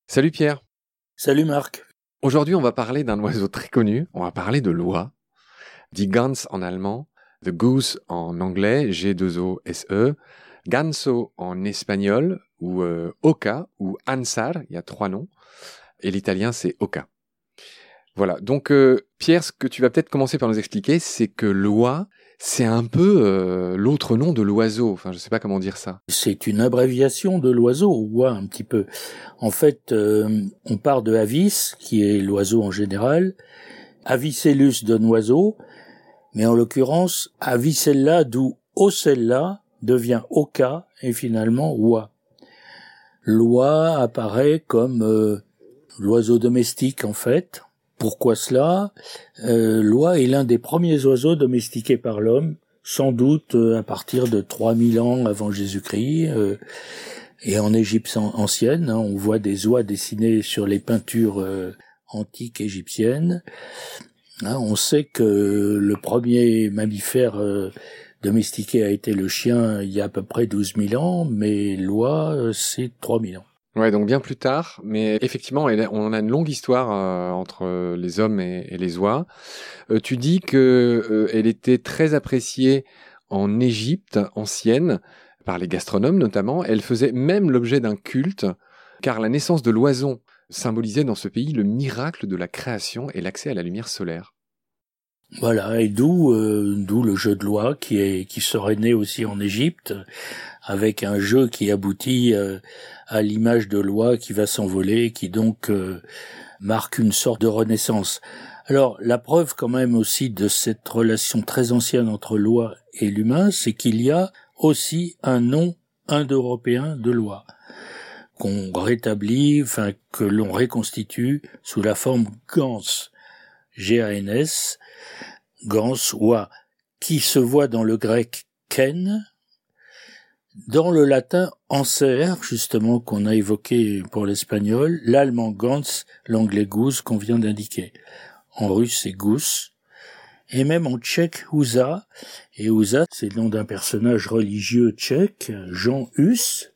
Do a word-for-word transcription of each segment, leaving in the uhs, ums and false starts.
Salut Pierre. Salut Marc. Aujourd'hui, on va parler d'un oiseau très connu. On va parler de l'oie, dit Gans en allemand, the goose en anglais, G deux O S E, ganso en espagnol, ou euh, oca, ou ansar, il y a trois noms, et l'italien c'est oca. Voilà, donc euh, Pierre, ce que tu vas peut-être commencer par nous expliquer, c'est que l'oie, c'est un peu euh, l'autre nom de l'oiseau. Enfin, je sais pas comment dire ça. C'est une abréviation de l'oiseau, oie un petit peu. En fait, euh, on part de avis, qui est l'oiseau en général. Avicellus donne oiseau, mais en l'occurrence, avicella, d'où ocella, devient oca, et finalement oie. L'oie apparaît comme euh, l'oiseau domestique, en fait. Pourquoi cela ? euh, L'oie est l'un des premiers oiseaux domestiqués par l'homme, sans doute euh, à partir de trois mille ans avant Jésus-Christ. Euh, et en Égypte ancienne, hein, on voit des oies dessinées sur les peintures euh, antiques égyptiennes. Hein, on sait que le premier mammifère euh, domestiqué a été le chien il y a à peu près douze mille ans, mais l'oie, euh, c'est trois mille ans. Ouais, donc bien plus tard, mais effectivement, on a une longue histoire euh, entre les hommes et, et les oies. Euh, tu dis que euh, elle était très appréciée en Égypte ancienne, par les gastronomes notamment. Elle faisait même l'objet d'un culte, car la naissance de l'oison symbolisait dans ce pays le miracle de la création et l'accès à la lumière solaire. Voilà, et d'où euh, d'où le jeu de l'oie qui est qui serait né aussi en Égypte, avec un jeu qui aboutit euh, à l'image de l'oie qui va s'envoler, qui donc euh, marque une sorte de renaissance. Alors, la preuve quand même aussi de cette relation très ancienne entre l'oie et l'humain, c'est qu'il y a aussi un nom indo-européen de l'oie, qu'on rétablit, enfin que l'on reconstitue sous la forme Gans, G A N S, Gans, oie, qui se voit dans le grec ken, dans le latin anser, justement, qu'on a évoqué pour l'espagnol, l'allemand Gans, l'anglais goose qu'on vient d'indiquer. En russe, c'est goose. Et même en tchèque, Husa. Et Husa, c'est le nom d'un personnage religieux tchèque, Jean Hus,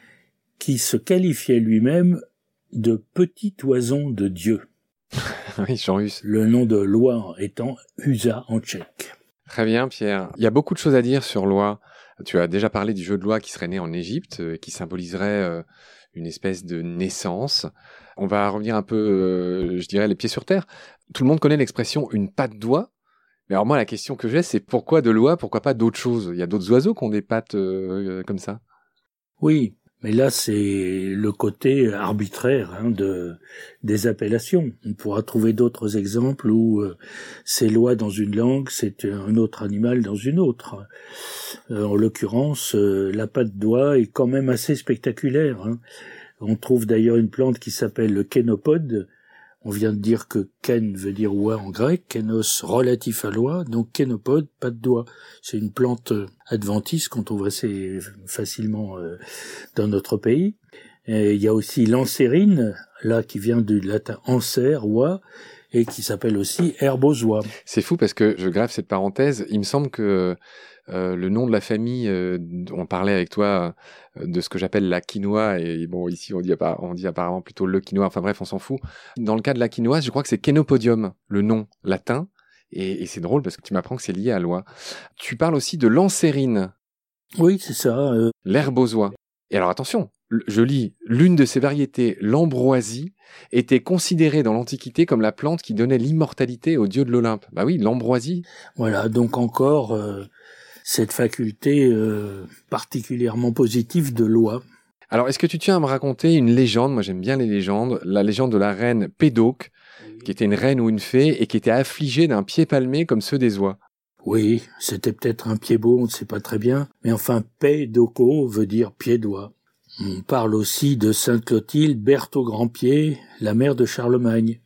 qui se qualifiait lui-même de petit oison de Dieu. Oui, Jean Hus. Le nom de l'oie étant Husa en tchèque. Très bien, Pierre. Il y a beaucoup de choses à dire sur l'oie. Tu as déjà parlé du jeu de l'oie qui serait né en Égypte, euh, qui symboliserait euh, une espèce de naissance. On va revenir un peu, euh, je dirais, les pieds sur terre. Tout le monde connaît l'expression « une patte d'oie ». Mais alors moi, la question que j'ai, c'est pourquoi de l'oie, pourquoi pas d'autres choses ? Il y a d'autres oiseaux qui ont des pattes euh, comme ça. Oui, mais là, c'est le côté arbitraire hein, de des appellations. On pourra trouver d'autres exemples où euh, c'est l'oie dans une langue, c'est un autre animal dans une autre. Euh, en l'occurrence, euh, la patte d'oie est quand même assez spectaculaire. Hein. On trouve d'ailleurs une plante qui s'appelle le kénopode. On vient de dire que ken veut dire oie en grec, kénos relatif à l'oie, donc kénopode, patte d'oie. C'est une plante adventice qu'on trouve assez facilement euh, dans notre pays. Et il y a aussi l'ancérine, là qui vient du latin anser, oie, et qui s'appelle aussi herbe aux oies. C'est fou parce que, je grave cette parenthèse, il me semble que euh, le nom de la famille, euh, on parlait avec toi euh, de ce que j'appelle la quinoa, et bon, ici on dit, on dit apparemment plutôt le quinoa, enfin bref, on s'en fout. Dans le cas de la quinoa, je crois que c'est Kenopodium, le nom latin, et, et c'est drôle parce que tu m'apprends que c'est lié à l'oie. Tu parles aussi de l'ancérine. Oui, c'est ça. Euh... L'herbe aux oies. Et alors attention, je lis, l'une de ces variétés, l'ambroisie, était considérée dans l'Antiquité comme la plante qui donnait l'immortalité aux dieux de l'Olympe. Bah oui, l'ambroisie. Voilà, donc encore euh, cette faculté euh, particulièrement positive de l'oie. Alors, est-ce que tu tiens à me raconter une légende ? Moi, j'aime bien les légendes. La légende de la reine Pédoc, oui. Qui était une reine ou une fée et qui était affligée d'un pied palmé comme ceux des oies. Oui, c'était peut-être un pied beau, on ne sait pas très bien. Mais enfin, Pédoco veut dire pied d'oie. On parle aussi de Sainte Clotilde, Berthe au grand pied, la mère de Charlemagne.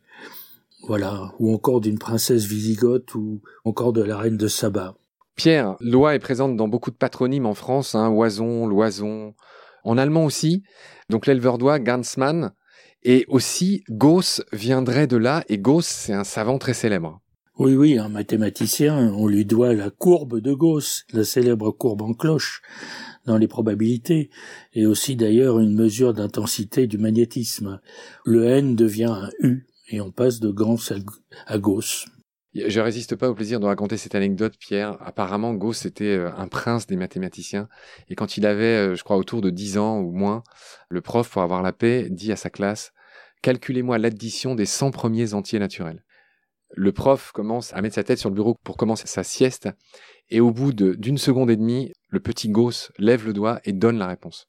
Voilà, ou encore d'une princesse wisigothe ou encore de la reine de Saba. Pierre, l'oie est présente dans beaucoup de patronymes en France, hein, oison, loison, en allemand aussi. Donc l'éleveur d'oies, Gansmann, et aussi Gauss viendrait de là, et Gauss, c'est un savant très célèbre. Oui, oui, un mathématicien, on lui doit la courbe de Gauss, la célèbre courbe en cloche, dans les probabilités, et aussi d'ailleurs une mesure d'intensité du magnétisme. Le N devient un U, et on passe de Gauss à Gauss. Je résiste pas au plaisir de raconter cette anecdote, Pierre. Apparemment, Gauss était un prince des mathématiciens. Et quand il avait, je crois, autour de dix ans ou moins, le prof, pour avoir la paix, dit à sa classe « Calculez-moi l'addition des cent premiers entiers naturels ». Le prof commence à mettre sa tête sur le bureau pour commencer sa sieste. Et au bout de, d'une seconde et demie, le petit Gauss lève le doigt et donne la réponse.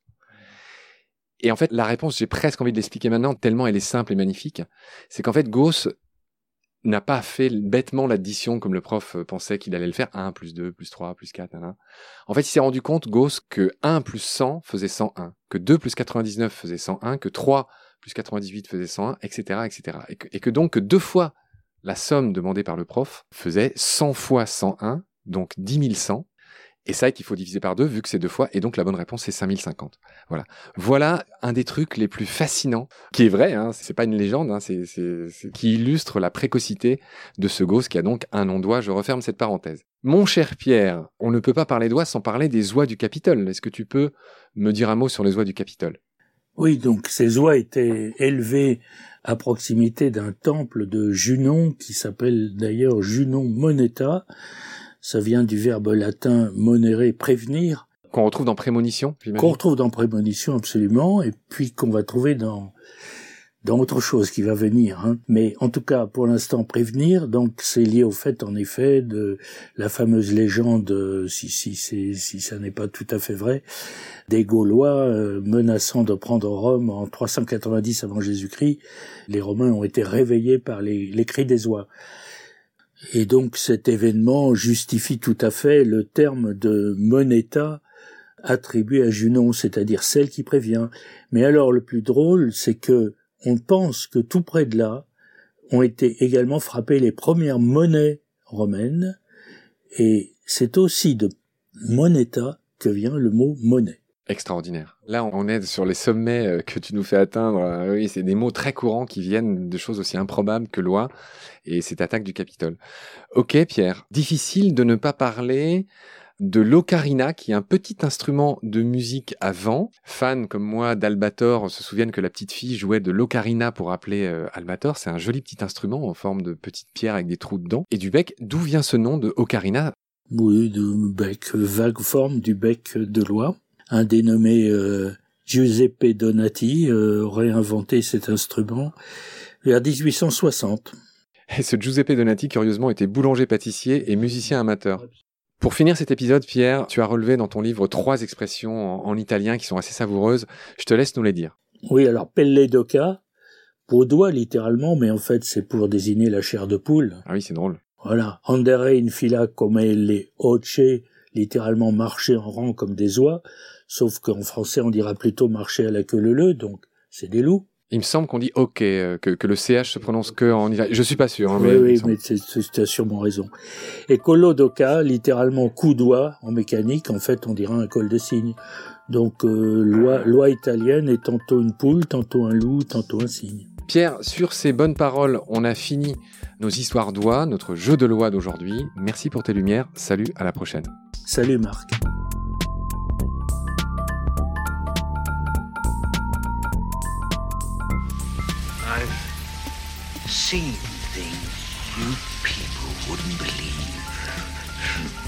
Et en fait, la réponse, j'ai presque envie de l'expliquer maintenant, tellement elle est simple et magnifique. C'est qu'en fait, Gauss n'a pas fait bêtement l'addition comme le prof pensait qu'il allait le faire, un plus deux plus trois plus quatre, nanana. En fait, il s'est rendu compte, Gauss, que un plus cent faisait cent un, que deux plus quatre-vingt-dix-neuf faisait cent un, que trois plus quatre-vingt-dix-huit faisait cent un, et cetera, et cetera. Et que, et que donc, que deux fois la somme demandée par le prof faisait cent fois cent un, donc dix mille cent, et ça qu'il faut diviser par deux, vu que c'est deux fois, et donc la bonne réponse c'est cinq mille cinquante. Voilà. Voilà un des trucs les plus fascinants, qui est vrai, hein, c'est pas une légende, hein, c'est, c'est, c'est, qui illustre la précocité de ce Gauss qui a donc un nom d'oie. Je referme cette parenthèse. Mon cher Pierre, on ne peut pas parler d'oies sans parler des oies du Capitole. Est-ce que tu peux me dire un mot sur les oies du Capitole ? Oui, donc ces oies étaient élevées à proximité d'un temple de Junon, qui s'appelle d'ailleurs Junon Moneta. Ça vient du verbe latin monere, prévenir. Qu'on retrouve dans prémonition, j'imagine. Qu'on retrouve dans prémonition, absolument, et puis qu'on va trouver dans dans autre chose qui va venir. Hein. Mais en tout cas, pour l'instant, prévenir, donc c'est lié au fait, en effet, de la fameuse légende, si si c'est si ça n'est pas tout à fait vrai, des Gaulois euh, menaçant de prendre Rome en trois cent quatre-vingt-dix avant Jésus-Christ. Les Romains ont été réveillés par les, les cris des oies. Et donc cet événement justifie tout à fait le terme de moneta attribué à Junon, c'est-à-dire celle qui prévient. Mais alors le plus drôle, c'est que on pense que tout près de là ont été également frappées les premières monnaies romaines, et c'est aussi de moneta que vient le mot monnaie. Extraordinaire. Là, on est sur les sommets que tu nous fais atteindre. Oui, c'est des mots très courants qui viennent de choses aussi improbables que loi et cette attaque du Capitole. Ok, Pierre. Difficile de ne pas parler de l'ocarina, qui est un petit instrument de musique à vent. Fans comme moi d'Albator se souviennent que la petite fille jouait de l'ocarina pour appeler euh, Albator. C'est un joli petit instrument en forme de petite pierre avec des trous dedans. Et du bec, d'où vient ce nom de ocarina ? Oui, de bec, vague forme du bec de l'oie. Un dénommé euh, Giuseppe Donati euh, aurait inventé cet instrument vers dix-huit cent soixante. Et ce Giuseppe Donati, curieusement, était boulanger-pâtissier et musicien amateur. Pour finir cet épisode, Pierre, tu as relevé dans ton livre trois expressions en, en italien qui sont assez savoureuses. Je te laisse nous les dire. Oui, alors pelle d'oca, peau d'oie littéralement, mais en fait c'est pour désigner la chair de poule. Ah oui, c'est drôle. Voilà, andere in fila come le oce, littéralement marcher en rang comme des oies, sauf qu'en français on dira plutôt marcher à la queue leu-leu, donc c'est des loups. Il me semble qu'on dit ok, euh, que, que le C H se prononce que en italien. Je suis pas sûr. Hein, oui, mais oui, mais c'est, c'est, tu as sûrement raison. Et collo d'oca, littéralement coup d'oie en mécanique, en fait on dira un col de cygne. Donc euh, l'oie, l'oie italienne est tantôt une poule, tantôt un loup, tantôt un cygne. Pierre, sur ces bonnes paroles, on a fini nos histoires d'oies, notre jeu de l'oie d'aujourd'hui. Merci pour tes lumières. Salut, à la prochaine. Salut Marc. I've seen things you people wouldn't believe.